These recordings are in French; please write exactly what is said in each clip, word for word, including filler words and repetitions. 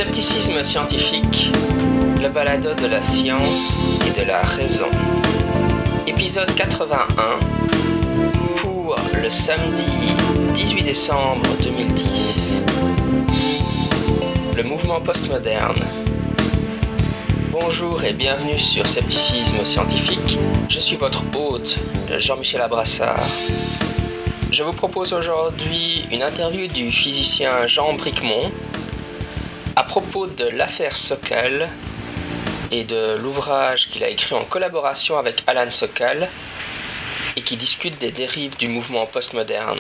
Scepticisme scientifique, le balado de la science et de la raison. Épisode quatre-vingt-un pour le samedi dix-huit décembre deux mille dix. Le mouvement postmoderne. Bonjour et bienvenue sur Scepticisme scientifique. Je suis votre hôte, Jean-Michel Abrassard. Je vous propose aujourd'hui une interview du physicien Jean Bricmont à propos de l'affaire Sokal et de l'ouvrage qu'il a écrit en collaboration avec Alan Sokal et qui discute des dérives du mouvement postmoderne.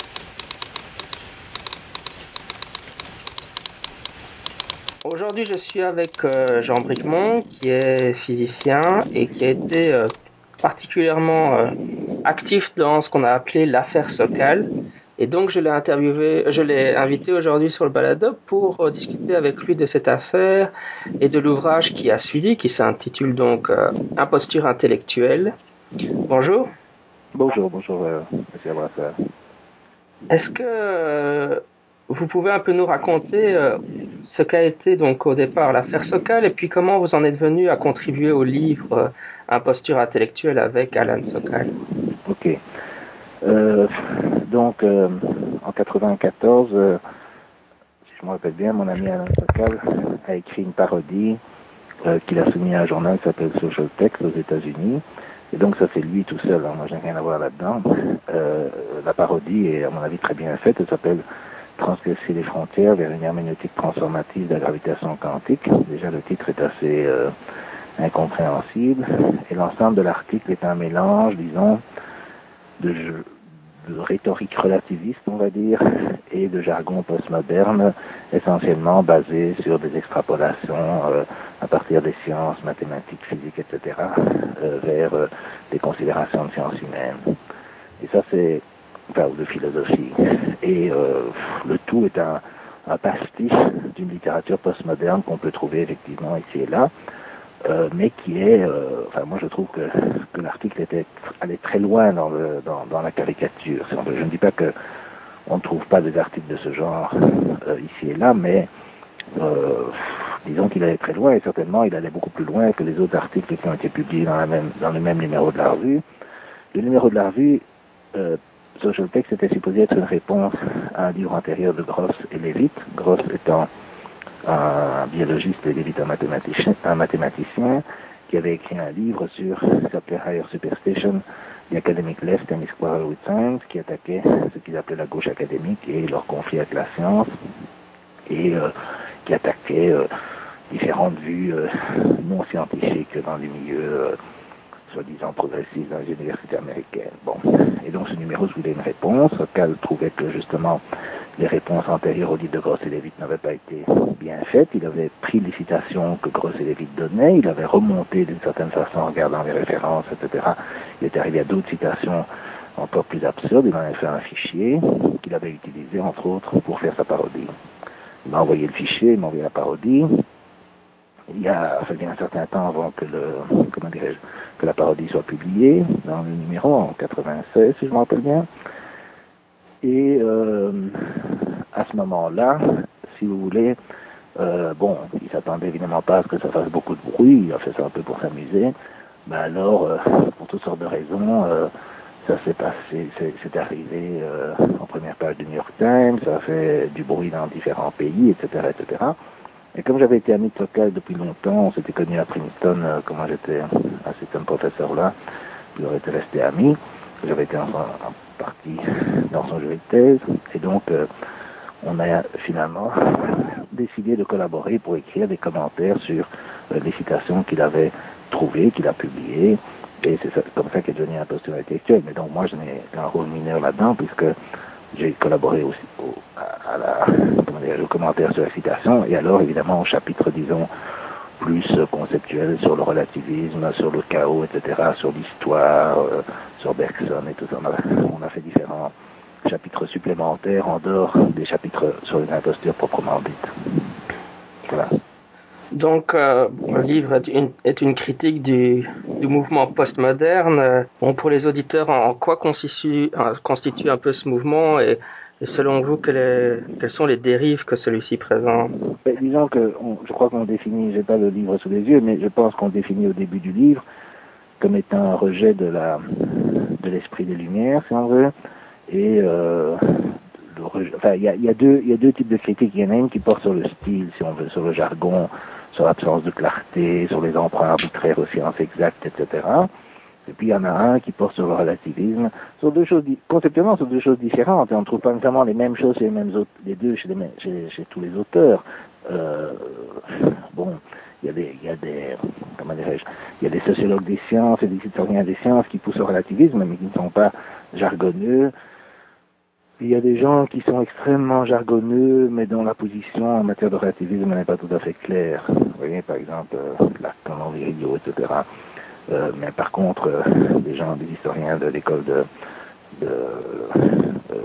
Aujourd'hui, je suis avec euh, Jean Bricmont, qui est physicien et qui a été euh, particulièrement euh, actif dans ce qu'on a appelé l'affaire Sokal. Et donc, je l'ai interviewé, je l'ai invité aujourd'hui sur le balado pour euh, discuter avec lui de cette affaire et de l'ouvrage qui a suivi, qui s'intitule donc euh, Imposture intellectuelle. Bonjour. Bonjour, bonjour, euh, monsieur Abrassard. Est-ce que euh, vous pouvez un peu nous raconter euh, ce qu'a été donc au départ l'affaire Sokal et puis comment vous en êtes venu à contribuer au livre euh, Imposture intellectuelle avec Alan Sokal? Ok. Euh, donc, euh, en quatre-vingt-quatorze, euh, si je me rappelle bien, mon ami Alan Sokal a écrit une parodie euh, qu'il a soumise à un journal qui s'appelle Social Text aux États-Unis. Et donc, ça, c'est lui tout seul. Hein. Moi, je n'ai rien à voir là-dedans. Euh, la parodie est, à mon avis, très bien faite. Elle s'appelle Transgresser les frontières vers une herméneutique transformative de la gravitation quantique. Déjà, le titre est assez euh, incompréhensible. Et l'ensemble de l'article est un mélange, disons, de, de rhétorique relativiste, on va dire, et de jargon postmoderne, essentiellement basé sur des extrapolations euh, à partir des sciences mathématiques, physiques, et cetera, euh, vers euh, des considérations de sciences humaines. Et ça, c'est, enfin, ou de philosophie. Et euh, le tout est un, un pastiche d'une littérature postmoderne qu'on peut trouver effectivement ici et là. Euh, mais qui est, euh, enfin moi je trouve que, que l'article était allait très loin dans, le, dans, dans la caricature. Je ne dis pas que on ne trouve pas des articles de ce genre euh, ici et là, mais euh, disons qu'il allait très loin et certainement il allait beaucoup plus loin que les autres articles qui ont été publiés dans, la même, dans le même numéro de la revue. Le numéro de la revue, euh, Social Text, était supposé être une réponse à un livre antérieur de Gross et Levitt, Gross étant un biologiste et Levitt un mathématicien, un mathématicien qui avait écrit un livre sur ce qui s'appelait Higher Superstition, The Academic Left and Its Quarrel with Science, qui attaquait ce qu'ils appelaient la gauche académique et leur conflit avec la science, et euh, qui attaquait euh, différentes vues euh, non scientifiques dans les milieux euh, soi-disant progressistes dans les universités américaines. Bon, et donc ce numéro voulait une réponse. Cal trouvait que justement les réponses antérieures au livre de Gross et Levitt n'avaient pas été bien faites. Il avait pris les citations que Gross et Levitt donnaient, il avait remonté d'une certaine façon en regardant les références, et cetera. Il était arrivé à d'autres citations encore plus absurdes. Il en avait fait un fichier qu'il avait utilisé entre autres pour faire sa parodie. Il m'a envoyé le fichier, il m'a envoyé la parodie. Il y a fallu un certain temps avant que le, comment dirais-je, que la parodie soit publiée dans le numéro en quatre-vingt-seize, si je me rappelle bien. Et euh, à ce moment-là, si vous voulez, euh, bon, il s'attendait évidemment pas à ce que ça fasse beaucoup de bruit, il a fait ça un peu pour s'amuser, mais alors, euh, pour toutes sortes de raisons, euh, ça s'est passé, c'est, c'est arrivé euh, en première page du New York Times, ça a fait du bruit dans différents pays, et cetera, et cetera. Et comme j'avais été ami de Sokal depuis longtemps, on s'était connus à Princeton, euh, comment j'étais assistant professeur là, puis on était restés amis. J'avais été en, en partie dans son jury de thèse, et donc euh, on a finalement décidé de collaborer pour écrire des commentaires sur euh, les citations qu'il avait trouvées, qu'il a publiées, et c'est ça, comme ça qu'est devenu Imposture intellectuelle. Mais donc moi je n'ai qu'un rôle mineur là-dedans, puisque j'ai collaboré aussi au, à, à la, comment dire, au commentaire sur la citation, et alors évidemment au chapitre, disons, plus conceptuel sur le relativisme, sur le chaos, et cetera, sur l'histoire, euh, sur Bergson et tout ça. On a, on a fait différents chapitres supplémentaires en dehors des chapitres sur les impostures proprement dites. Voilà. Donc, euh, le livre est une, est une critique du, du mouvement postmoderne. Bon, pour les auditeurs, en, en quoi constitue, constitue un peu ce mouvement et Et selon vous, quelle est, quelles sont les dérives que celui-ci présente? Ben, disons que on, je crois qu'on définit, j'ai pas le livre sous les yeux, mais je pense qu'on définit au début du livre comme étant un rejet de la de l'esprit des Lumières, si on veut, et euh, le rejet, enfin il y a, y a deux il y a deux types de critiques. Il y en a une qui porte sur le style, si on veut, sur le jargon, sur l'absence de clarté, sur les emprunts arbitraires aux sciences exactes, et cetera. Et puis il y en a un qui porte sur le relativisme, sur deux choses, conceptuellement sur deux choses différentes, et on ne trouve pas nécessairement les mêmes choses chez les mêmes auteurs, les deux chez, les mêmes, chez, chez tous les auteurs. Euh, bon, il y a des, il y a des, comment dirais-je, il y a des sociologues des sciences et des historiens des sciences qui poussent au relativisme, mais qui ne sont pas jargonneux. Il y a des gens qui sont extrêmement jargonneux, mais dont la position en matière de relativisme n'est pas tout à fait claire. Vous voyez, par exemple, euh, Lacan, Virilio, et cetera. Euh, mais par contre, euh, des gens, des historiens de l'école de, de euh,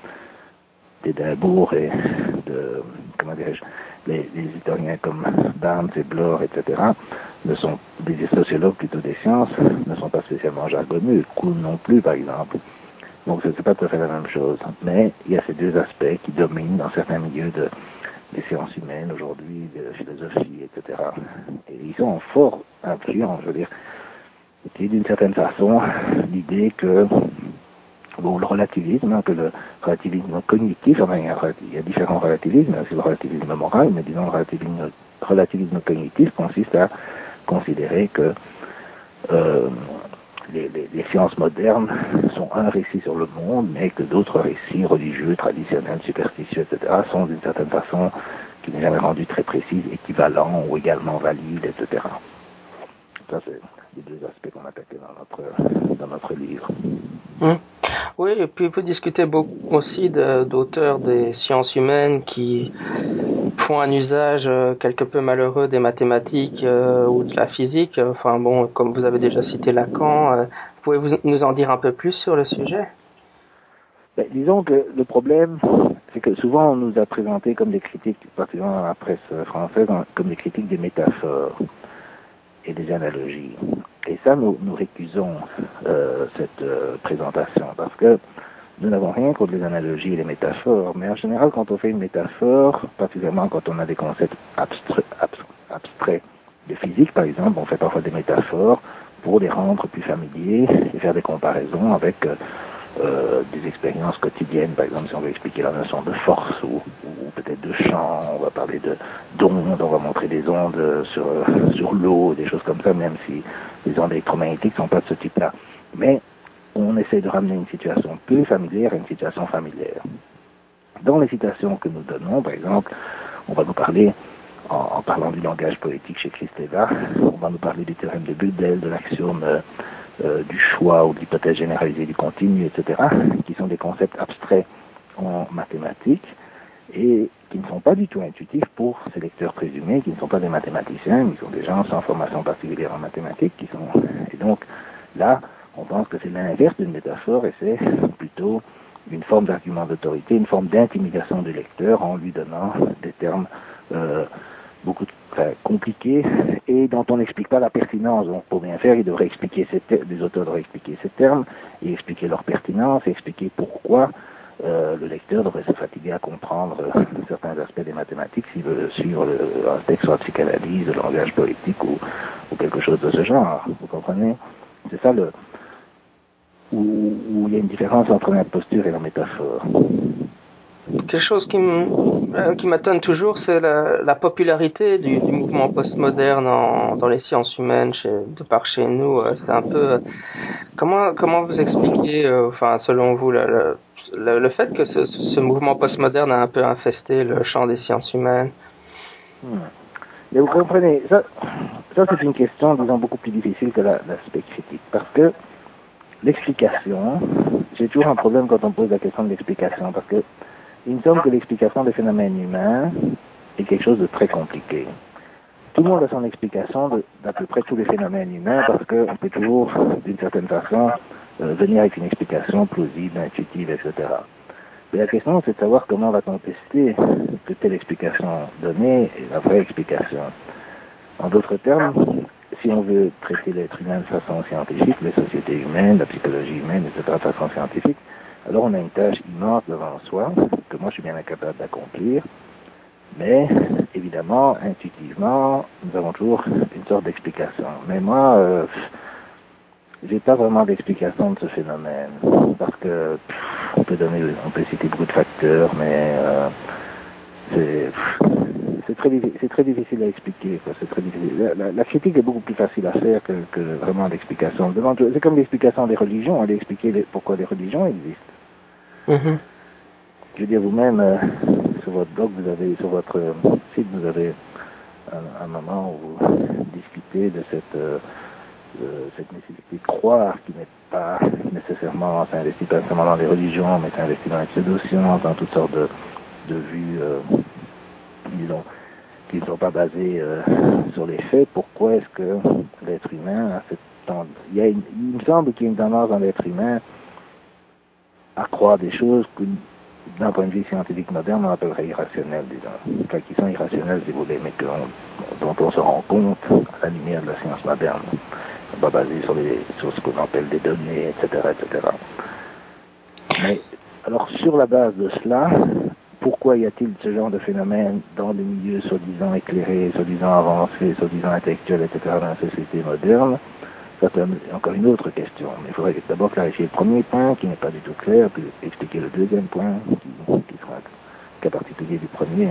d'Édimbourg et de, comment dirais-je, les, les historiens comme Barnes et Bloch, et cetera, ne sont, des sociologues plutôt des sciences, ne sont pas spécialement jargonneux, Kuhn non plus, par exemple. Donc ce n'est pas tout à fait la même chose. Mais il y a ces deux aspects qui dominent dans certains milieux de, des sciences humaines aujourd'hui, de la philosophie, et cetera. Et ils sont fort influents, je veux dire. C'est d'une certaine façon l'idée que bon, le relativisme, hein, que le relativisme cognitif, enfin, il y a, il y a différents relativismes, c'est le relativisme moral, mais disons le relativisme, relativisme cognitif consiste à considérer que euh, les, les, les sciences modernes sont un récit sur le monde, mais que d'autres récits religieux, traditionnels, superstitieux, et cetera, sont d'une certaine façon, qui n'est jamais rendue très précise, équivalents ou également valides, et cetera. Ça, c'est les deux aspects qu'on attaquait dans notre, dans notre livre. Mmh. Oui, et puis vous discutez beaucoup aussi de, d'auteurs des sciences humaines qui font un usage euh, quelque peu malheureux des mathématiques euh, ou de la physique. Enfin bon, comme vous avez déjà cité Lacan, euh, pouvez-vous nous en dire un peu plus sur le sujet? Ben, disons que le problème, c'est que souvent on nous a présenté comme des critiques, particulièrement dans la presse française, comme des critiques des métaphores et des analogies. Et ça, nous, nous récusons euh, cette euh, présentation, parce que nous n'avons rien contre les analogies et les métaphores, mais en général, quand on fait une métaphore, particulièrement quand on a des concepts abstraits, abstraits de physique, par exemple, on fait parfois des métaphores pour les rendre plus familiers et faire des comparaisons avec euh, euh, des expériences quotidiennes. Par exemple, si on veut expliquer la notion de force ou, ou peut-être de champ, on va parler de d'ondes, on va montrer des ondes sur, sur l'eau, des choses comme ça, même si les ondes électromagnétiques ne sont pas de ce type-là. Mais on essaie de ramener une situation peu familière à une situation familière. Dans les citations que nous donnons, par exemple, on va nous parler, en, en parlant du langage poétique chez Kristeva, on va nous parler du théorème de Gödel, de l'axiome euh, euh, du choix ou de l'hypothèse généralisée du continu, et cetera, qui sont des concepts abstraits en mathématiques et qui ne sont pas du tout intuitifs pour ces lecteurs présumés, qui ne sont pas des mathématiciens, mais qui sont des gens sans formation particulière en mathématiques, qui sont... Et donc, là, on pense que c'est l'inverse d'une métaphore et c'est plutôt une forme d'argument d'autorité, une forme d'intimidation du lecteur en lui donnant des termes euh, beaucoup enfin, compliqués et dont on n'explique pas la pertinence. Donc pour bien faire, il devrait expliquer ces ter- les auteurs devraient expliquer ces termes et expliquer leur pertinence et expliquer pourquoi euh, le lecteur devrait se fatiguer à comprendre euh, certains aspects des mathématiques s'il veut suivre le, un texte soit psychanalyse, le langage poétique ou, ou quelque chose de ce genre. Vous comprenez? C'est ça le où, où il y a une différence entre l'imposture et la métaphore. Quelque chose qui, euh, qui m'étonne toujours, c'est la, la popularité du, du mouvement postmoderne en, dans les sciences humaines, chez, de par chez nous. Euh, c'est un peu... Euh, comment, comment vous expliquez, euh, enfin, selon vous, le, le, le, le fait que ce, ce mouvement postmoderne a un peu infesté le champ des sciences humaines? Hmm. Mais vous comprenez, ça, ça c'est une question, disons, beaucoup plus difficile que la, l'aspect critique. Parce que l'explication, j'ai toujours un problème quand on pose la question de l'explication, parce que il me semble que l'explication des phénomènes humains est quelque chose de très compliqué. Tout le monde a son explication de, d'à peu près tous les phénomènes humains, parce qu'on peut toujours, d'une certaine façon, euh, venir avec une explication plausible, intuitive, et cetera. Mais la question, c'est de savoir comment va-t-on tester que telle explication donnée est la vraie explication. En d'autres termes, si on veut traiter l'être humain de façon scientifique, les sociétés humaines, la psychologie humaine, et cetera, de façon scientifique, alors on a une tâche immense devant soi, que moi je suis bien incapable d'accomplir, mais évidemment, intuitivement, nous avons toujours une sorte d'explication. Mais moi, euh, j'ai pas vraiment d'explication de ce phénomène, parce que pff, on peut donner, on peut citer beaucoup de facteurs, mais euh, c'est c'est très c'est très difficile à expliquer. Quoi. C'est très difficile. La, la, la critique est beaucoup plus facile à faire que, que vraiment l'explication. C'est comme l'explication des religions, aller expliquer les, pourquoi les religions existent. Mm-hmm. Je veux dire, vous-même, euh, sur votre blog, vous avez, sur votre euh, site, vous avez un, un moment où vous discutez de cette, euh, de cette nécessité de croire qui n'est pas nécessairement, ça investit pas nécessairement dans les religions, mais ça investit dans les pseudo-sciences, dans toutes sortes de, de vues, euh, disons, qui ne sont pas basées euh, sur les faits. Pourquoi est-ce que l'être humain a cette tendance, il, y a une, il me semble qu'il y a une tendance dans l'être humain à croire des choses que, d'un point de vue scientifique moderne, on appellerait irrationnelles, disons. Enfin, qui sont irrationnelles, si vous voulez, mais que on, dont on se rend compte à la lumière de la science moderne. Pas basé sur, les, sur ce qu'on appelle des données, et cetera, et cetera. Mais, alors, sur la base de cela, pourquoi y a-t-il ce genre de phénomène dans des milieux soi-disant éclairés, soi-disant avancés, soi-disant intellectuels, et cetera, dans la société moderne? Ça, c'est encore une autre question. Mais il faudrait d'abord clarifier le premier point, qui n'est pas du tout clair, puis expliquer le deuxième point, qui, qui sera un cas particulier du premier.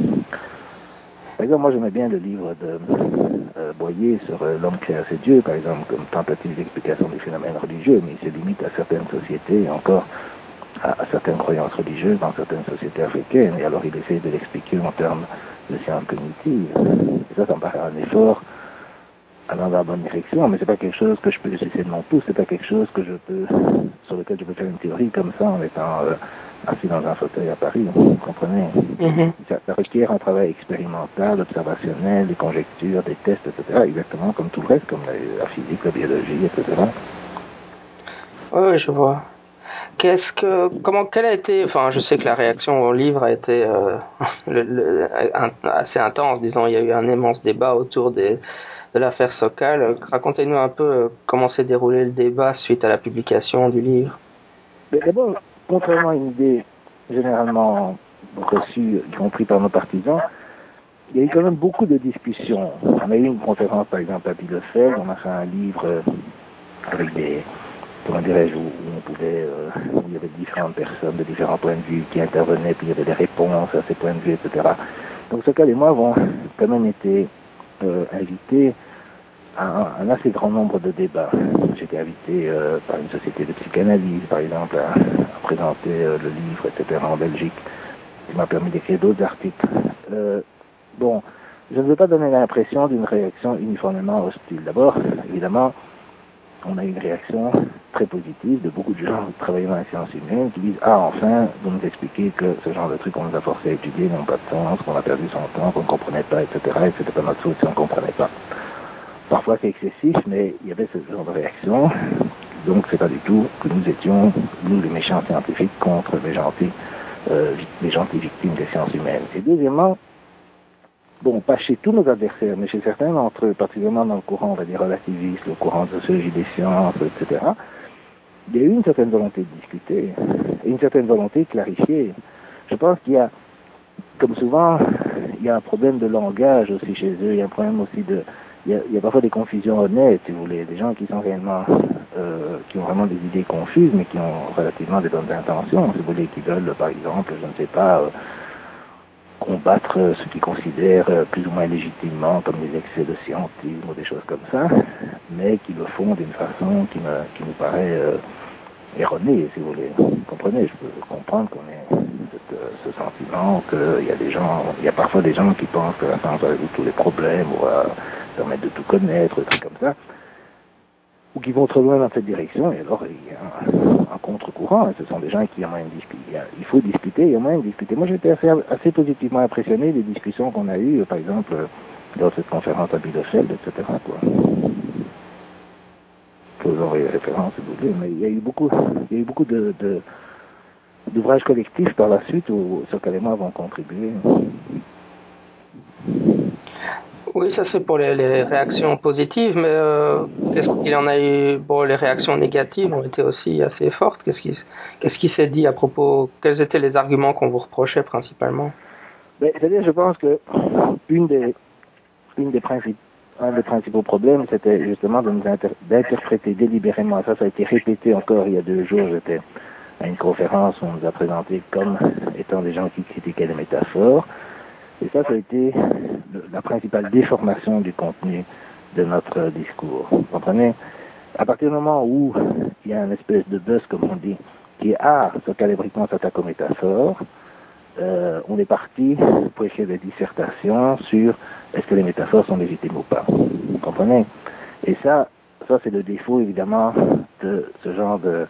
Par exemple, moi, j'aimais bien le livre de euh, Boyer sur euh, l'homme créé à ses dieux, par exemple, comme tentative d'explication des phénomènes religieux, mais il se limite à certaines sociétés, et encore à, à certaines croyances religieuses dans certaines sociétés africaines, et alors il essaie de l'expliquer en termes de sciences cognitives. Et ça, ça me paraît un effort allant dans la bonne direction, mais c'est pas quelque chose que je peux laisser de mon pouce, c'est pas quelque chose que je peux, sur lequel je peux faire une théorie comme ça en étant euh, assis dans un fauteuil à Paris, vous comprenez? Mm-hmm. ça, ça requiert un travail expérimental, observationnel, des conjectures, des tests, et cetera, exactement comme tout le reste, comme la, la physique, la biologie, et cetera. Oui, je vois. Qu'est-ce que, comment, quelle a été, enfin, je sais que la réaction au livre a été euh, le, le, un, assez intense, disons, il y a eu un immense débat autour des, de l'affaire Sokal. Racontez-nous un peu comment s'est déroulé le débat suite à la publication du livre. Mais d'abord, contrairement à une idée généralement reçue, y compris par nos partisans, il y a eu quand même beaucoup de discussions. On a eu une conférence, par exemple, à Bielefeld, on a fait un livre avec des, comment dirais-je, où on pouvait, euh, où il y avait différentes personnes de différents points de vue qui intervenaient, puis il y avait des réponses à ces points de vue, et cetera. Donc Sokal et moi avons quand même été euh, invités à un, un assez grand nombre de débats. J'ai été invité euh, par une société de psychanalyse, par exemple, à, à présenter euh, le livre, et cetera, en Belgique, qui m'a permis d'écrire d'autres articles. Euh, bon, je ne veux pas donner l'impression d'une réaction uniformément hostile. D'abord, évidemment, on a eu une réaction très positive de beaucoup de gens travaillant dans les sciences humaines qui disent « Ah, enfin, vous nous expliquez que ce genre de trucs qu'on nous a forcé à étudier n'ont pas de sens, qu'on a perdu son temps, qu'on ne comprenait pas, et cetera, et que c'était pas notre faute si on ne comprenait pas. » Parfois c'est excessif, mais il y avait ce genre de réaction. Donc c'est pas du tout que nous étions, nous les méchants scientifiques, contre les gentils, euh, les gentils victimes des sciences humaines. Et deuxièmement, bon, pas chez tous nos adversaires, mais chez certains d'entre eux, particulièrement dans le courant, on va dire, relativiste, le courant de sociologie des sciences, et cetera, il y a eu une certaine volonté de discuter, et une certaine volonté de clarifier. Je pense qu'il y a, comme souvent, il y a un problème de langage aussi chez eux, il y a un problème aussi de... Il y, a, il y a parfois des confusions honnêtes, si vous voulez, des gens qui sont réellement, euh, qui ont vraiment des idées confuses, mais qui ont relativement des bonnes intentions, si vous voulez, qui veulent, par exemple, je ne sais pas, euh, combattre euh, ce qu'ils considèrent euh, plus ou moins légitimement comme des excès de scientisme ou des choses comme ça, mais qui le font d'une façon qui me, qui nous paraît euh, erronée, si vous voulez. Vous comprenez, je peux comprendre qu'on ait cette, euh, ce sentiment qu'il y a des gens, il y a parfois des gens qui pensent que la science va résoudre tous les problèmes ou va permettre de tout connaître, des trucs comme ça, ou qui vont trop loin dans cette direction, et alors il y a un, un contre-courant, et ce sont des gens qui ont moyen de discuter. Il faut discuter, il y a moyen de discuter. Moi j'étais assez, assez positivement impressionné des discussions qu'on a eues, par exemple, dans cette conférence à Bielefeld, et cetera, quoi. Je vous envoyer les références si vous voulez, mais il y a eu beaucoup, il y a eu beaucoup de, de d'ouvrages collectifs par la suite où Sokal et moi avons contribué. Oui, ça c'est pour les, les réactions positives, mais euh, qu'est-ce qu'il en a eu? Bon, les réactions négatives ont été aussi assez fortes. Qu'est-ce qui, qu'est-ce qui s'est dit à propos? Quels étaient les arguments qu'on vous reprochait principalement? Ben, c'est-à-dire, je pense que une des, une des principes, un des principaux problèmes, c'était justement de nous inter- d'interpréter délibérément. Ça, ça a été répété encore il y a deux jours. J'étais à une conférence où on nous a présenté comme étant des gens qui critiquaient les métaphores. Et ça, ça a été le, la principale déformation du contenu de notre discours. Vous comprenez? À partir du moment où il y a une espèce de buzz, comme on dit, qui est ah, Sokal et Brickman s'attaquent aux métaphores, euh, on est parti pour écrire des dissertations sur est-ce que les métaphores sont légitimes ou pas. Vous comprenez? Et ça, ça c'est le défaut évidemment de ce genre de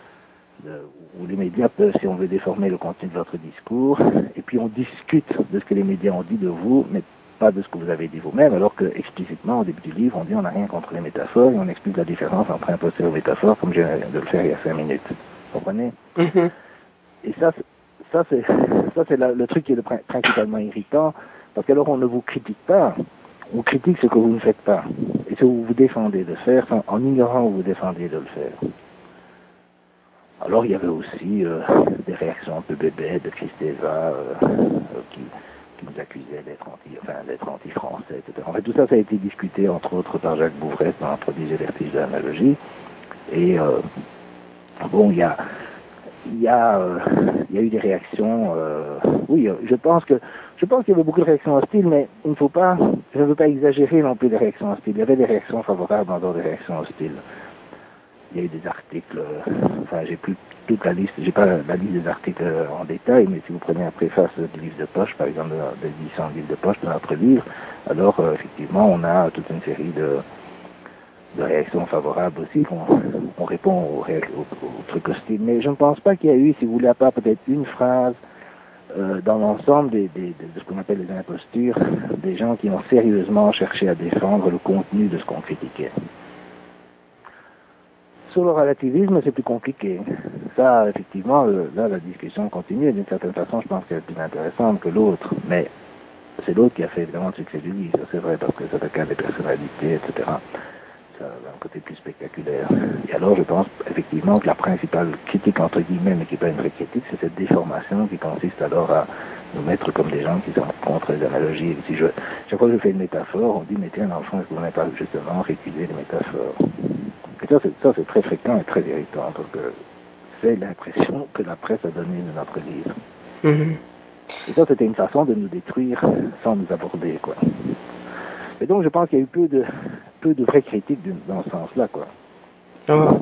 où les médias peuvent, si on veut, déformer le contenu de votre discours, et puis on discute de ce que les médias ont dit de vous, mais pas de ce que vous avez dit vous-même, alors que explicitement, au début du livre, on dit on n'a rien contre les métaphores, et on explique la différence entre imposter aux métaphores, comme je viens de le faire il y a cinq minutes. Vous comprenez? Mm-hmm. Et ça, ça c'est, ça, c'est la, le truc qui est le, principalement irritant, parce qu'alors on ne vous critique pas, on critique ce que vous ne faites pas, et ce que vous vous défendez de faire, en ignorant que vous défendiez de le faire. Alors il y avait aussi euh, des réactions un peu bébêtes de Christeva euh, euh, qui, qui nous accusait d'être anti, enfin d'être anti-français, et cetera. En fait, tout ça, ça a été discuté entre autres par Jacques Bouvresse dans un prodige et vertige de l'analogie. Et euh, bon, il y a, il y a, euh, il y a eu des réactions. Euh, oui, je pense que, je pense qu'il y avait beaucoup de réactions hostiles, mais il ne faut pas, je ne veux pas exagérer non plus les réactions hostiles. Il y avait des réactions favorables en dehors des réactions hostiles. Il y a eu des articles, euh, enfin j'ai plus toute la liste, j'ai pas la, la liste des articles en détail, mais si vous prenez la préface du livre de poche, par exemple de l'édition du livre de poche de notre livre, alors euh, effectivement on a toute une série de, de réactions favorables aussi, on, on répond aux, aux, aux trucs hostiles, mais je ne pense pas qu'il y a eu, si vous voulez, à part peut-être une phrase euh, dans l'ensemble des, des, de, de ce qu'on appelle les impostures, des gens qui ont sérieusement cherché à défendre le contenu de ce qu'on critiquait. Sur le relativisme, c'est plus compliqué. Ça, effectivement, là, la discussion continue. D'une certaine façon, je pense qu'elle est plus intéressante que l'autre. Mais c'est l'autre qui a fait évidemment le succès du livre. C'est vrai, parce que ça s'attaque à des personnalités, et cetera. Ça a un côté plus spectaculaire. Et alors, je pense effectivement que la principale critique, entre guillemets, mais qui n'est pas une vraie critique, c'est cette déformation qui consiste alors à nous mettre comme des gens qui sont contre les analogies. Si je, chaque fois que je fais une métaphore, on dit, mais tiens, dans le fond, est-ce que vous n'avez pas justement récusé les métaphores? Et ça, c'est, ça, c'est très fréquent et très irritant, parce que c'est l'impression que la presse a donnée de notre livre. Mm-hmm. Et ça, c'était une façon de nous détruire sans nous aborder, quoi. Et donc, je pense qu'il y a eu peu de, peu de vraies critiques dans ce sens-là, quoi. Oh.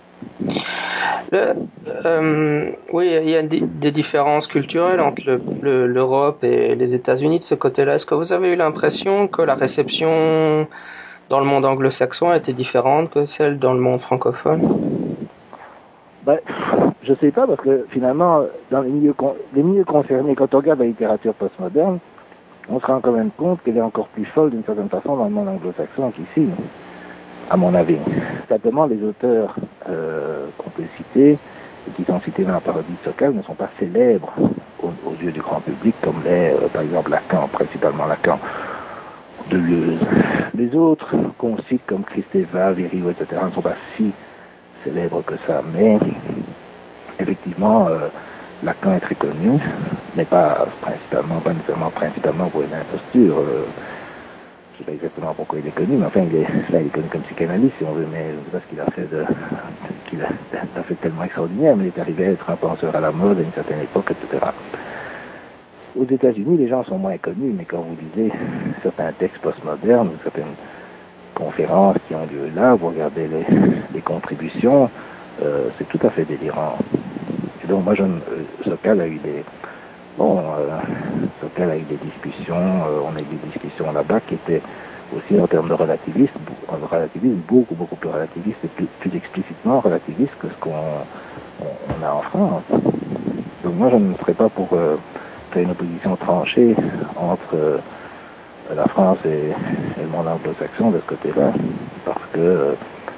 Le, euh, oui, il y a des, des différences culturelles entre le, le, l'Europe et les États-Unis de ce côté-là. Est-ce que vous avez eu l'impression que la réception dans le monde anglo-saxon était différente que celle dans le monde francophone? Ben, je sais pas, parce que finalement, dans les milieux, les milieux concernés, quand on regarde la littérature postmoderne, on se rend quand même compte qu'elle est encore plus folle d'une certaine façon dans le monde anglo-saxon qu'ici, à mon avis. Simplement, les auteurs euh, qu'on peut citer, et qui sont cités dans la parodie de Sokal, ne sont pas célèbres aux, aux yeux du grand public, comme l'est, euh, par exemple, Lacan, principalement Lacan, Deleuze. Les autres qu'on cite comme Kristeva, Virio, et cetera, ne sont pas si célèbres que ça, mais effectivement, euh, Lacan est très connu, mais pas principalement, pas nécessairement principalement pour une imposture. Euh, je ne sais pas exactement pourquoi il est connu, mais enfin, il est, là, il est connu comme psychanalyste, si on veut, mais je ne sais pas ce qu'il a fait de, qu'il a, a fait tellement extraordinaire, mais il est arrivé à être un penseur à la mode à une certaine époque, et cetera. Aux États-Unis, les gens sont moins connus, mais quand vous lisez certains textes postmodernes, certaines conférences qui ont lieu là, vous regardez les, les contributions, euh, c'est tout à fait délirant. Et donc, moi, je, euh, Sokal a eu des, bon, euh, Sokal a eu des discussions, euh, on a eu des discussions là-bas qui étaient aussi en termes de relativisme, de relativisme beaucoup, beaucoup plus relativiste et plus, plus explicitement relativiste que ce qu'on on, on a en France. Donc, moi, je ne serais pas pour euh, faire une opposition tranchée entre euh, la France et, et le monde anglo-saxon de ce côté-là, parce que euh,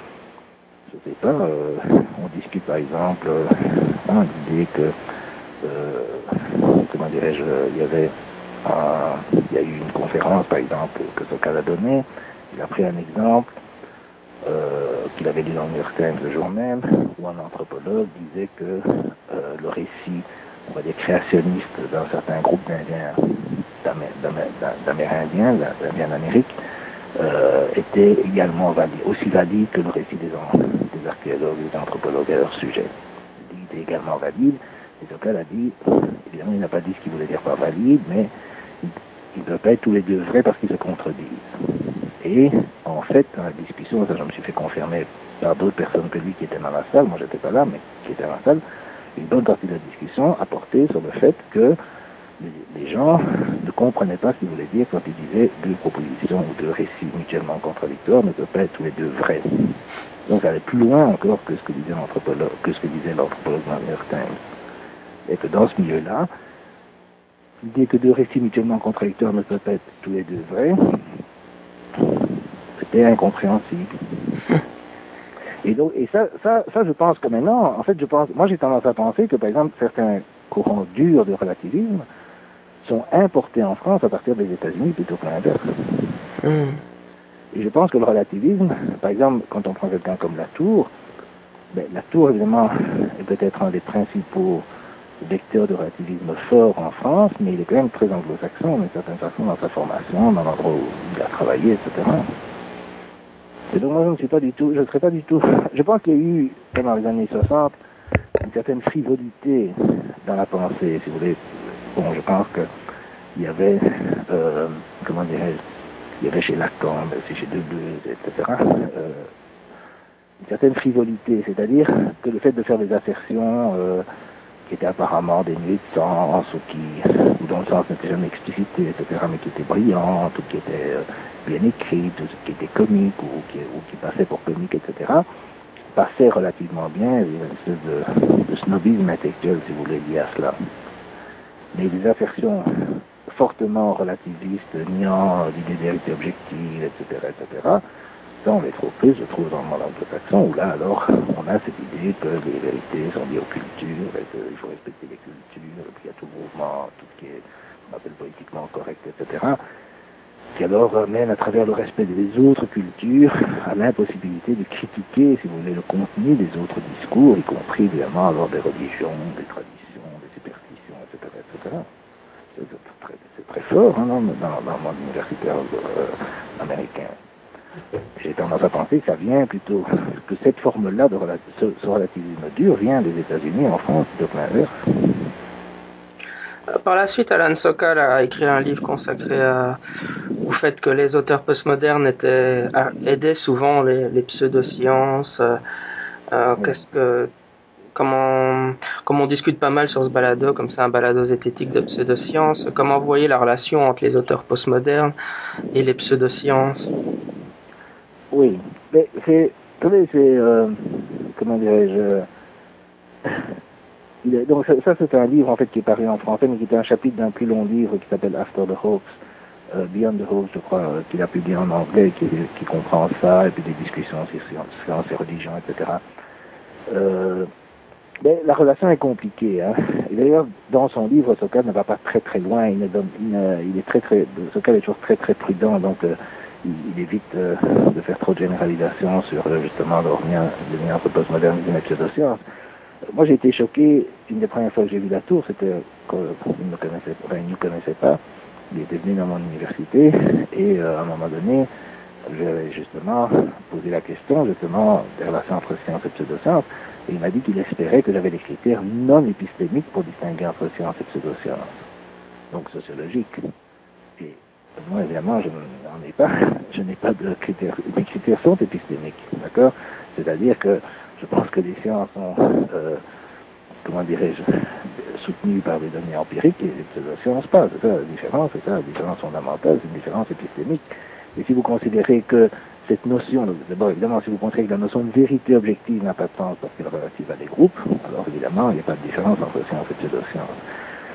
je sais pas, euh, on discute par exemple hein, l'idée que, euh, comment dirais-je, il y avait Euh, il y a eu une conférence, par exemple, que Sokal a donnée. Il a pris un exemple euh, qu'il avait lu dans le New York Times le jour même, où un anthropologue disait que euh, le récit, on va dire, créationniste d'un certain groupe d'Indiens, d'Amérindiens, d'Indiens d'Amérique, euh, était également valide, aussi valide que le récit des, des archéologues et des anthropologues à leur sujet. Il était également valide, et Sokal a dit, évidemment il n'a pas dit ce qu'il voulait dire par valide, mais ils ne peuvent pas être tous les deux vrais parce qu'ils se contredisent. Et en fait, dans la discussion, ça je me suis fait confirmer par d'autres personnes que lui qui étaient dans la salle, moi j'étais pas là, mais qui étaient dans la salle, une bonne partie de la discussion a porté sur le fait que les gens ne comprenaient pas ce qu'il voulait dire quand il disait deux propositions ou deux récits mutuellement contradictoires ne peuvent pas être tous les deux vrais. Donc ça allait plus loin encore que ce que disait l'anthropologue, que ce que disait l'anthropologue dans le New York Times. Et que dans ce milieu-là, l'idée que deux récits mutuellement contradictoires ne peuvent pas être tous les deux vrais, c'était incompréhensible. Et donc, et ça, ça, ça, je pense que maintenant, en fait, je pense, moi j'ai tendance à penser que, par exemple, certains courants durs de relativisme sont importés en France à partir des États-Unis plutôt que l'inverse. Mm. Et je pense que le relativisme, par exemple, quand on prend quelqu'un comme Latour, ben, Latour, évidemment, est peut-être un des principaux vecteurs de relativisme fort en France, mais il est quand même très anglo-saxon, d'une certaine façon, dans sa formation, dans l'endroit où il a travaillé, et cetera. Et donc moi je ne suis pas du tout, je ne serais pas du tout, je pense qu'il y a eu, pendant les années soixante, une certaine frivolité dans la pensée, si vous voulez. Bon, je pense qu'il y avait, euh, comment dirais-je, il y avait chez Lacan, mais aussi chez Deleuze, et cetera, euh, une certaine frivolité, c'est-à-dire que le fait de faire des assertions euh, qui étaient apparemment dénuées de sens, ou qui, ou dont le sens n'était jamais explicité, et cetera, mais qui étaient brillantes, ou qui étaient euh, bien écrites, ou qui étaient comiques, ou qui, ou qui passaient pour comiques, et cetera, passaient relativement bien. Il y a une espèce de, de snobisme intellectuel, si vous voulez, lié à cela. Mais des assertions fortement relativistes, niant l'idée de vérité objective, et cetera, et cetera, ça, on les trouve plus, je trouve, dans le monde anglo-saxon, où là, alors, on a cette idée que les vérités sont liées aux cultures, et qu'il faut respecter les cultures, et puis il y a tout mouvement, tout ce qui est, on appelle politiquement correct, et cetera, qui alors mène à travers le respect des autres cultures à l'impossibilité de critiquer, si vous voulez, le contenu des autres discours, y compris, évidemment, alors des religions, des traditions, des superstitions, et cetera, et cetera. C'est très, c'est très fort, hein, dans, dans, dans le monde universitaire euh, américain. J'ai tendance à penser que ça vient plutôt, que cette forme-là de relati- ce, ce relativisme dur vient des États-Unis en France, plutôt que l'inverse. Par la suite, Alan Sokal a écrit un livre consacré à, au fait que les auteurs postmodernes étaient, aidaient souvent les, les pseudosciences. Euh, euh, oui. Qu'est-ce que, comment, comme on discute pas mal sur ce balado, comme c'est un balado zététique de pseudosciences, comment vous voyez la relation entre les auteurs postmodernes et les pseudosciences? Oui, mais c'est, vous savez, c'est, euh, comment dirais-je, il est, donc ça, ça c'est un livre en fait qui est paru en français, mais qui était un chapitre d'un plus long livre qui s'appelle After the Hoax, euh, Beyond the Hoax, je crois, euh, qu'il a publié en anglais, qui, qui comprend ça, et puis des discussions sur sciences et religion, et cetera. Euh, mais la relation est compliquée, hein. Et d'ailleurs, dans son livre, Sokal ne va pas très très loin, il, ne donne, il, ne, il est très très, Sokal est toujours très très prudent, donc euh, il, il évite euh, de faire trop de généralisations sur euh, justement le lien, le lien entre postmodernisme et pseudosciences. Moi, j'ai été choqué, une des premières fois que j'ai vu Latour, c'était quand il ne connaissait, enfin, il ne connaissait pas, il était venu dans mon université, et euh, à un moment donné, j'avais justement posé la question, justement, des relations entre science et pseudosciences, et il m'a dit qu'il espérait que j'avais des critères non épistémiques pour distinguer entre science et pseudosciences, donc sociologiques. Et moi, évidemment, je n'en ai pas, je n'ai pas de critères, mes critères sont épistémiques, d'accord? C'est-à-dire que je pense que les sciences sont, euh, comment dirais-je, soutenues par des données empiriques et les pseudosciences pas. C'est ça la différence, c'est ça la différence fondamentale, c'est une différence épistémique. Et si vous considérez que cette notion, d'abord évidemment, si vous considérez que la notion de vérité objective n'a pas de sens parce qu'elle est relative à des groupes, alors évidemment, il n'y a pas de différence entre science et pseudosciences.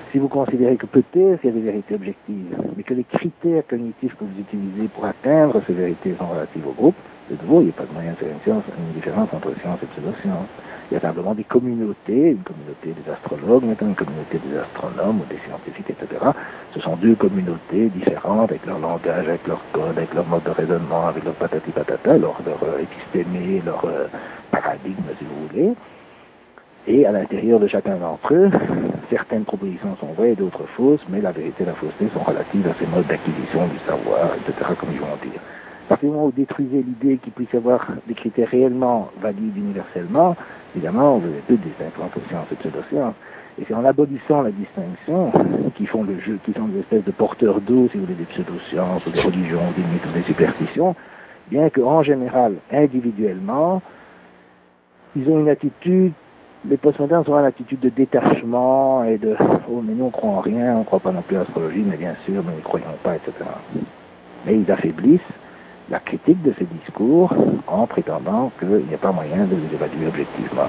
si vous considérez que peut-être il y a des vérités objectives, mais que les critères cognitifs que vous utilisez pour atteindre ces vérités sont relatifs au groupe, de nouveau, il n'y a pas de moyen de faire une, science, une différence entre science et pseudo-science. Il y a simplement des communautés, une communauté des astrologues, mettons une communauté des astronomes ou des scientifiques, et cetera. Ce sont deux communautés différentes avec leur langage, avec leur code, avec leur mode de raisonnement, avec leur patati patata, leur, leur euh, épistémé, leur euh, paradigme, si vous voulez. Et à l'intérieur de chacun d'entre eux, certaines propositions sont vraies et d'autres fausses, mais la vérité et la fausseté sont relatives à ces modes d'acquisition du savoir, et cetera, comme ils vont dire. À partir du moment où vous détruisez l'idée qu'il puisse y avoir des critères réellement valides universellement, évidemment, vous avez plus de distinction entre science et pseudo-science. Et c'est en abolissant la distinction qui font le jeu, qui sont des espèces de porteurs d'eau, si vous voulez, des pseudo-sciences, ou des religions, des mythes, ou des superstitions, bien qu'en général, individuellement, ils ont une attitude, les postmodernes ont une attitude de détachement et de « oh, mais nous on croit en rien, on ne croit pas non plus à l'astrologie, mais bien sûr, nous ne croyons pas, et cetera » Mais ils affaiblissent la critique de ces discours en prétendant qu'il n'y a pas moyen de les évaluer objectivement.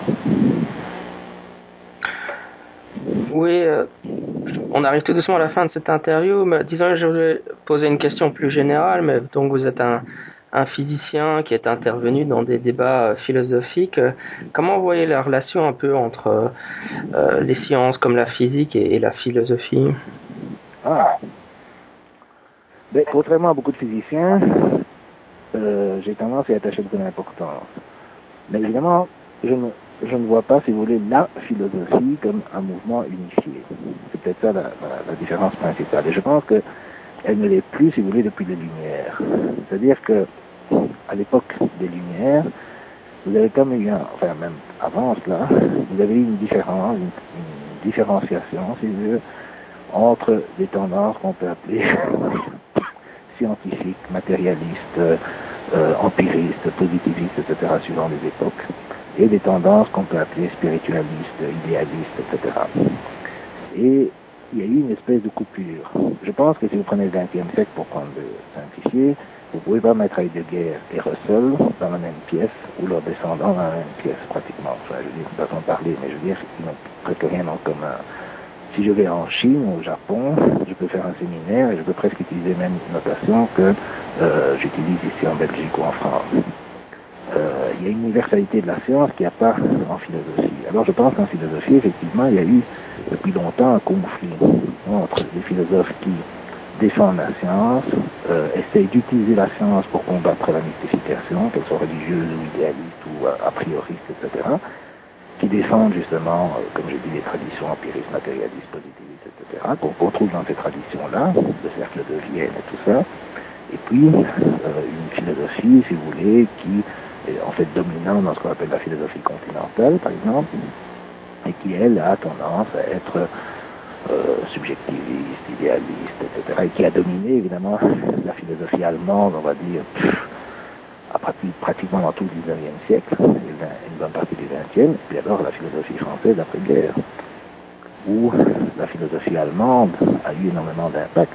Oui, euh, on arrive tout doucement à la fin de cette interview, mais disons que je voulais poser une question plus générale, mais donc vous êtes un, un physicien qui est intervenu dans des débats philosophiques. Comment vous voyez la relation un peu entre euh, les sciences comme la physique et, et la philosophie? Ah. Mais, contrairement à beaucoup de physiciens, euh, j'ai tendance à y attacher beaucoup d'importance. Mais évidemment, je ne, je ne vois pas, si vous voulez, la philosophie comme un mouvement unifié. C'est peut-être ça la, la, la différence principale. Et je pense qu'elle ne l'est plus, si vous voulez, depuis les Lumières. C'est-à-dire que, à l'époque des Lumières, vous avez comme eu, un, enfin même avant cela, vous avez eu une différence, une, une différenciation, si vous voulez, entre des tendances qu'on peut appeler scientifiques, matérialistes, euh, empiristes, positivistes, et cetera, suivant les époques, et des tendances qu'on peut appeler spiritualistes, idéalistes, et cetera. Et il y a eu une espèce de coupure. Je pense que si vous prenez le vingtième siècle pour prendre le simplifié, vous ne pouvez pas mettre Heidegger et Russell dans la même pièce, ou leurs descendants dans la même pièce, pratiquement. Enfin, je veux dire, une façon de parler, mais je veux dire, ils n'ont presque rien en commun. Si je vais en Chine ou au Japon, je peux faire un séminaire et je peux presque utiliser même une notation que euh, j'utilise ici en Belgique ou en France. Euh, il y a une universalité de la science qu'il n'y a pas en philosophie. Alors je pense qu'en philosophie, effectivement, il y a eu depuis longtemps un conflit entre les philosophes qui défendent la science, euh, essayent d'utiliser la science pour combattre la mystification, qu'elle soit religieuse ou idéaliste ou a, a prioriste, et cetera, qui défendent justement, euh, comme je dis, les traditions empiristes, matérialistes, positivistes, et cetera, qu'on retrouve dans ces traditions-là, le cercle de Vienne et tout ça, et puis euh, une philosophie, si vous voulez, qui est en fait dominante dans ce qu'on appelle la philosophie continentale, par exemple, et qui, elle, a tendance à être euh, subjectiviste, idéaliste, et cetera, et qui a dominé, évidemment, la philosophie allemande, on va dire, pff, à pratique, pratiquement dans tout le dix-neuvième siècle, et une bonne partie du vingtième, et puis alors la philosophie française après-guerre, où la philosophie allemande a eu énormément d'impact.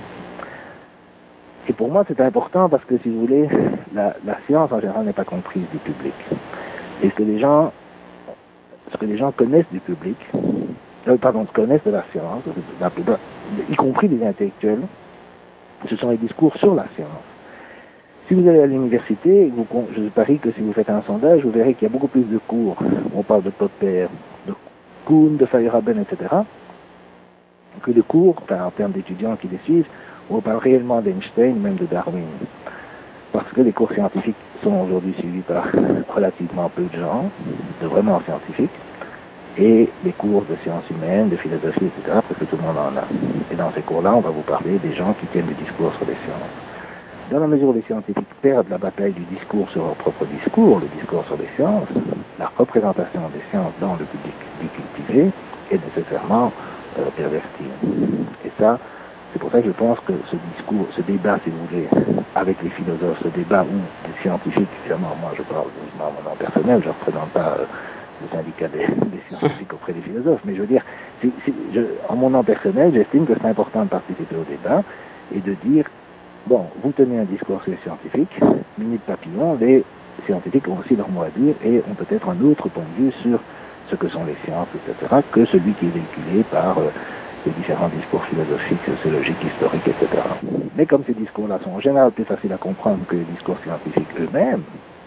Et pour moi, c'est important parce que, si vous voulez, la, la science en général n'est pas comprise du public. Et ce que les gens, ce que les gens connaissent du public, euh, pardon, connaissent de la science, y compris les intellectuels, ce sont les discours sur la science. Si vous allez à l'université, vous, je parie que si vous faites un sondage, vous verrez qu'il y a beaucoup plus de cours. On parle de Popper, de Kuhn, de Feyerabend, et cetera, que de cours, enfin, en termes d'étudiants qui les suivent, où on parle réellement d'Einstein, même de Darwin. Parce que les cours scientifiques sont aujourd'hui suivis par relativement peu de gens, de vraiment scientifiques, et les cours de sciences humaines, de philosophie, et cetera, presque tout le monde en a. Et dans ces cours-là, on va vous parler des gens qui tiennent des discours sur les sciences. Dans la mesure où les scientifiques perdent la bataille du discours sur leur propre discours, le discours sur les sciences, la représentation des sciences dans le public décultivé est nécessairement euh, pervertie. Et ça, c'est pour ça que je pense que ce discours, ce débat, si vous voulez, avec les philosophes, ce débat où les scientifiques, évidemment, moi je parle uniquement à mon nom personnel, je ne représente pas euh, le syndicat des, des scientifiques auprès des philosophes, mais je veux dire, c'est, c'est, je, en mon nom personnel, j'estime que c'est important de participer au débat et de dire, bon, vous tenez un discours sur les scientifiques, minute papillon, les scientifiques ont aussi leur mot à dire et ont peut-être un autre point de vue sur ce que sont les sciences, et cetera, que celui qui est véhiculé par euh, les différents discours philosophiques, sociologiques, historiques, et cetera. Mais comme ces discours-là sont en général plus faciles à comprendre que les discours scientifiques eux-mêmes,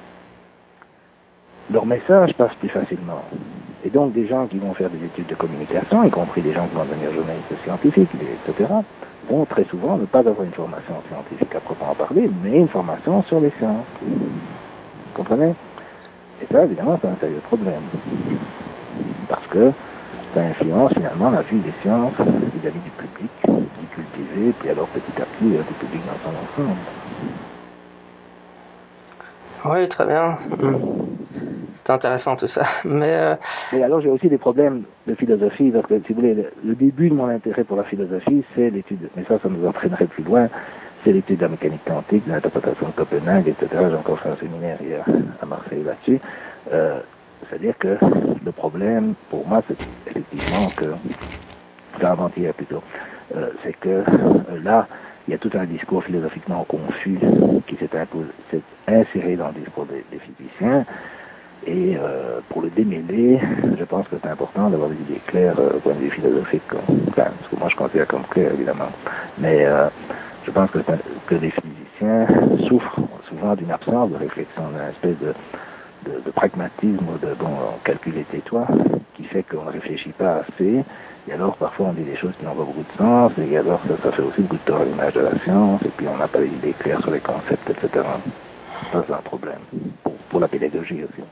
leur message passe plus facilement. Et donc des gens qui vont faire des études de communication, y compris des gens qui vont devenir journalistes scientifiques, et cetera, vont très souvent ne pas avoir une formation scientifique à proprement parler, mais une formation sur les sciences. Vous comprenez? Et ça, évidemment, c'est un sérieux problème. Parce que ça influence finalement la vue des sciences vis-à-vis du public, du cultivé, puis alors petit à petit euh, du public dans son ensemble. Oui, très bien. C'est intéressant tout ça. Mais, euh... Mais alors j'ai aussi des problèmes de philosophie, parce que si vous voulez, le, le début de mon intérêt pour la philosophie, c'est l'étude, mais ça, ça nous entraînerait plus loin, c'est l'étude de la mécanique quantique, de l'interprétation de Copenhague, et cetera. J'ai encore fait un séminaire hier à Marseille là-dessus. Euh, C'est-à-dire que le problème, pour moi, c'est effectivement que, enfin avant-hier plutôt, euh, c'est que euh, là, il y a tout un discours philosophiquement confus qui s'est imposé, s'est inséré dans le discours des, des physiciens. Et euh, pour le démêler, je pense que c'est important d'avoir des idées claires euh, au point de vue philosophique. Enfin, ce que moi je considère comme clair, évidemment. Mais euh, je pense que, que les physiciens souffrent souvent d'une absence de réflexion, d'une espèce de, de, de pragmatisme, de bon, calculer tais-toi, qui fait qu'on ne réfléchit pas assez. Et alors, parfois, on dit des choses qui n'ont pas beaucoup de sens, et alors, ça, ça fait aussi beaucoup de tort à l'image de la science, et puis on n'a pas d'idées claires sur les concepts, et cetera. Ça, c'est un problème, pour, pour la pédagogie aussi.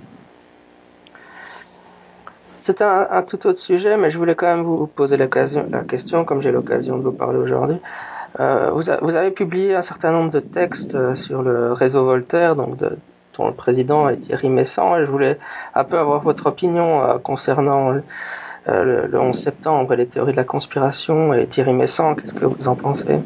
C'est un, un tout autre sujet, mais je voulais quand même vous poser la question, comme j'ai l'occasion de vous parler aujourd'hui. Euh, vous, a, vous avez publié un certain nombre de textes sur le réseau Voltaire, donc de, dont le président est Thierry Messant, et je voulais un peu avoir votre opinion euh, concernant euh, le, le onze septembre et les théories de la conspiration et Thierry Messant. Qu'est-ce que vous en pensez?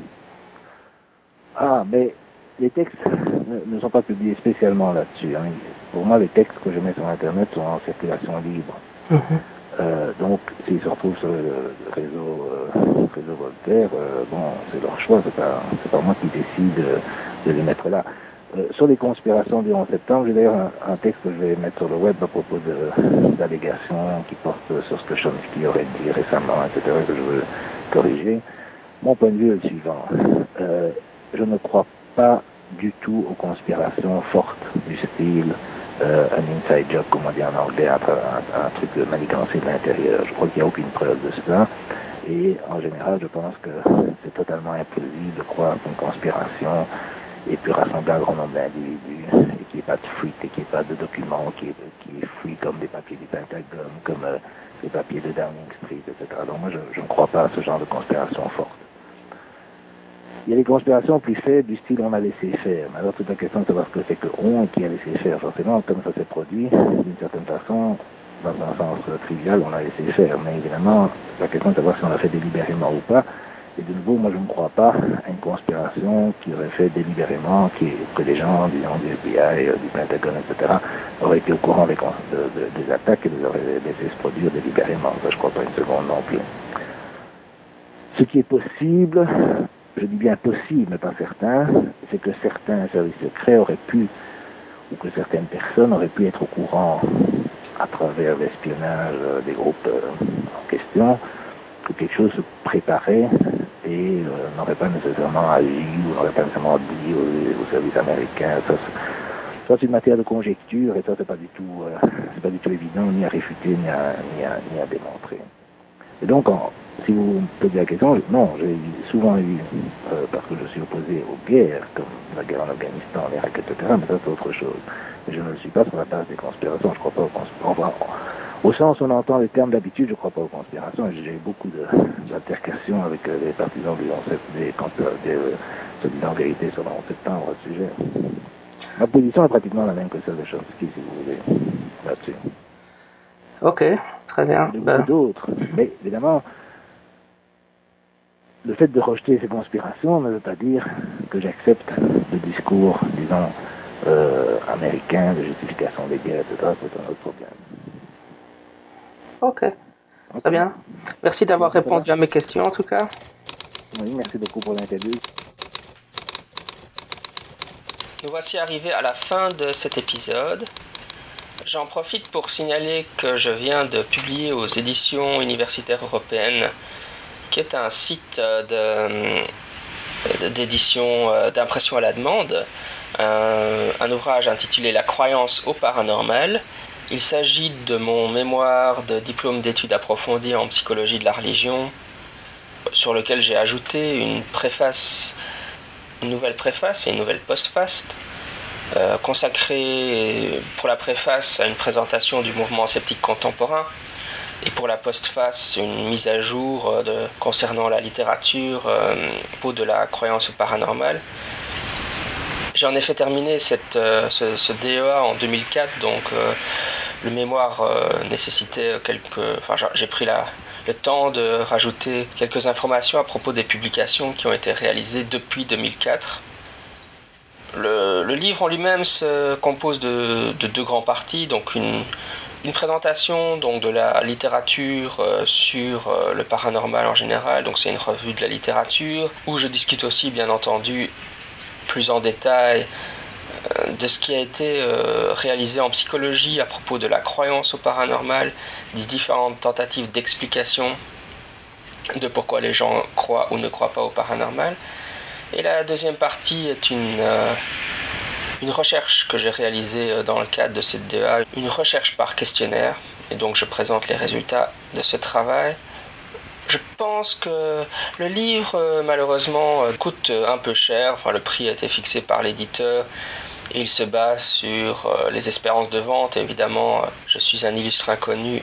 Ah, mais les textes ne, ne sont pas publiés spécialement là-dessus. Hein. Pour moi, les textes que je mets sur Internet sont en circulation libre. Mmh. Euh, donc, s'ils se retrouvent sur le, le réseau, euh, réseau Voltaire, euh, bon, c'est leur choix, c'est pas, c'est pas moi qui décide de les mettre là. Euh, sur les conspirations du onze septembre, j'ai d'ailleurs un, un texte que je vais mettre sur le web à propos de, d'allégations qui portent sur ce que Chomsky aurait dit récemment, et cetera, que je veux corriger. Mon point de vue est le suivant. Euh, je ne crois pas du tout aux conspirations fortes du style euh, un inside job, comme on dit en anglais, un, un, un truc manigancé de l'intérieur. Je crois qu'il n'y a aucune preuve de cela. Et en général, je pense que c'est totalement impossible de croire qu'une conspiration et puis rassembler un grand nombre d'individus et qu'il n'y ait pas de fuite et qu'il n'y ait pas de documents qui, qui fuient comme des papiers du Pentagone, comme euh, les papiers de Downing Street, et cetera. Donc moi, je, je ne crois pas à ce genre de conspiration forte. Il y a des conspirations plus faibles du style on a laissé faire. Mais alors toute la question de savoir ce que c'est que on et qui a laissé faire. Forcément, comme ça s'est produit, d'une certaine façon, dans un sens trivial, on a laissé faire. Mais évidemment, la question de savoir si on l'a fait délibérément ou pas. Et de nouveau, moi je ne crois pas à une conspiration qui aurait fait délibérément, qui, que les gens, disons, du F B I, du Pentagone, et cetera, auraient été au courant des, de, de, des attaques et les auraient laissé se produire délibérément. Ça, je ne crois pas une seconde non plus. Ce qui est possible, je dis bien possible, mais pas certain, c'est que certains services secrets auraient pu, ou que certaines personnes auraient pu être au courant à travers l'espionnage des groupes en question, que quelque chose se préparait et euh, n'aurait pas nécessairement agi ou n'aurait pas nécessairement dit aux, aux services américains. Ça, ça c'est une matière de conjecture et ça c'est pas du tout, euh, c'est pas du tout évident ni à réfuter ni à, ni à, ni à démontrer. Et donc, en, si vous me posez la question, non, j'ai souvent eu, euh, parce que je suis opposé aux guerres, comme la guerre en Afghanistan, en Irak, et cetera, mais ça c'est autre chose. Mais je ne le suis pas sur la base des conspirations, je ne crois pas aux conspirations. Enfin, au sens où on entend les termes d'habitude, je ne crois pas aux conspirations. J'ai eu beaucoup de, d'altercations avec euh, les partisans du onze septembre, des, des euh, soi-disant vérités sur le onze septembre à ce sujet. Ma position est pratiquement la même que celle de Chomsky, si vous voulez, là-dessus. Ok, très bien. Il y a beaucoup d'autres. Mais évidemment, le fait de rejeter ces conspirations ne veut pas dire que j'accepte le discours, disons, euh, américain de justification des guerres, et cetera. C'est un autre problème. Ok, okay. Très bien. Merci d'avoir bien, répondu à mes questions en tout cas. Oui, merci beaucoup pour l'interview. Nous voici arrivés à la fin de cet épisode. J'en profite pour signaler que je viens de publier aux éditions universitaires européennes qui est un site de, d'édition, d'impression à la demande, un, un ouvrage intitulé « La croyance au paranormal ». Il s'agit de mon mémoire de diplôme d'études approfondies en psychologie de la religion, sur lequel j'ai ajouté une préface, une nouvelle préface et une nouvelle postface, euh, consacrée pour la préface à une présentation du mouvement sceptique contemporain, et pour la postface une mise à jour de, concernant la littérature euh, ou de la croyance au paranormal. J'ai en effet terminé cette, euh, ce, ce D E A en deux mille quatre, donc euh, le mémoire euh, nécessitait quelques... Enfin, j'ai pris la, le temps de rajouter quelques informations à propos des publications qui ont été réalisées depuis deux mille quatre. Le, le livre en lui-même se compose de, de deux grandes parties, donc une, une présentation donc, de la littérature euh, sur euh, le paranormal en général, donc c'est une revue de la littérature, où je discute aussi bien entendu plus en détail euh, de ce qui a été euh, réalisé en psychologie à propos de la croyance au paranormal, des différentes tentatives d'explication de pourquoi les gens croient ou ne croient pas au paranormal. Et la deuxième partie est une, euh, une recherche que j'ai réalisée dans le cadre de cette D E A, une recherche par questionnaire, et donc je présente les résultats de ce travail. Je pense que le livre, malheureusement, coûte un peu cher. Enfin, le prix a été fixé par l'éditeur et il se base sur les espérances de vente. Évidemment, je suis un illustre inconnu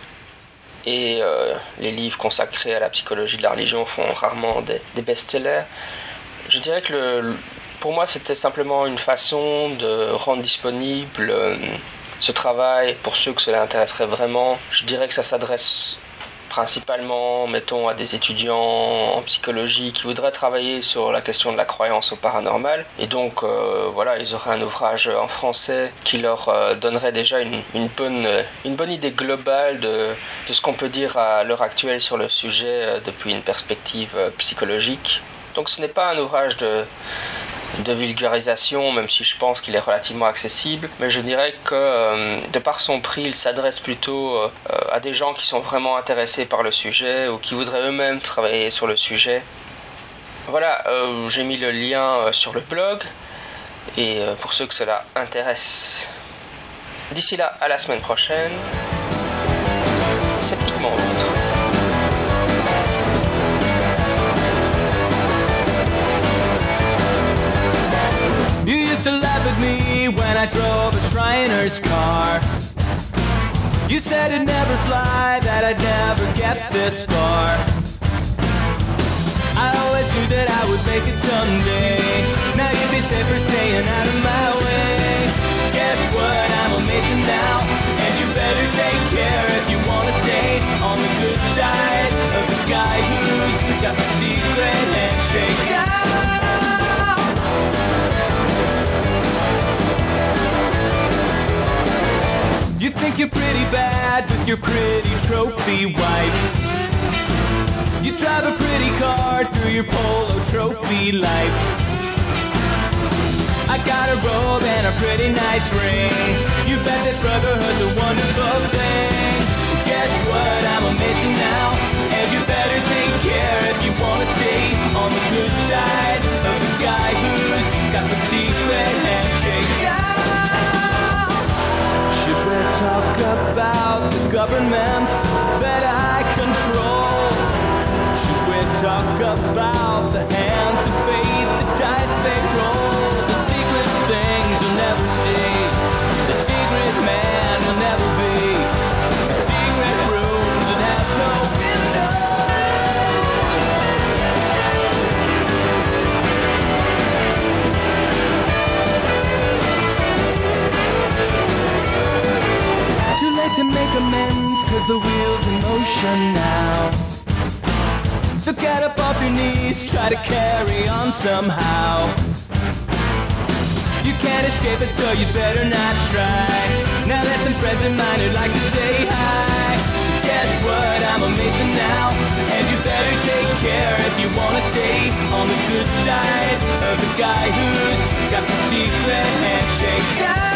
et euh, les livres consacrés à la psychologie de la religion font rarement des, des best-sellers. Je dirais que le, pour moi, c'était simplement une façon de rendre disponible euh, ce travail pour ceux que cela intéresserait vraiment. Je dirais que ça s'adresse principalement, mettons, à des étudiants en psychologie qui voudraient travailler sur la question de la croyance au paranormal. Et donc, euh, voilà, ils auraient un ouvrage en français qui leur euh, donnerait déjà une, une, bonne, une bonne idée globale de, de ce qu'on peut dire à l'heure actuelle sur le sujet euh, depuis une perspective euh, psychologique. Donc, ce n'est pas un ouvrage de... de vulgarisation, même si je pense qu'il est relativement accessible, mais je dirais que euh, de par son prix, il s'adresse plutôt euh, à des gens qui sont vraiment intéressés par le sujet ou qui voudraient eux-mêmes travailler sur le sujet. Voilà, euh, j'ai mis le lien euh, sur le blog, et euh, pour ceux que cela intéresse. D'ici là, à la semaine prochaine. Sceptiquement vôtre. You used to laugh at me when I drove a Shriner's car. You said it'd never fly, that I'd never get this far. I always knew that I would make it someday. Now you'd be safer staying out of my way. Guess what? I'm a Mason now, and you better take care if you want to stay on the good side of the guy who's got the secret handshake. You think you're pretty bad with your pretty trophy wife. You drive a pretty car through your polo trophy life. I got a robe and a pretty nice ring. You bet that brotherhood's a wonderful thing. Guess what? I'm a Mason now, and you better take care if you want to stay on the good side of the guy who's got the secret handshake. Should we talk about the governments that I control? Should we talk about the hands of fate, the dice they roll? The secret things you'll never see, the secret man you'll never be, the secret rooms that have no windows. Too late to make amends, cause the wheel's in motion now. So get up off your knees, try to carry on somehow. You can't escape it, so you better not try. Now there's some friends of mine who'd like to say hi. Guess what? I'm a Mason now, and you better take care if you want to stay on the good side of the guy who's got the secret handshake.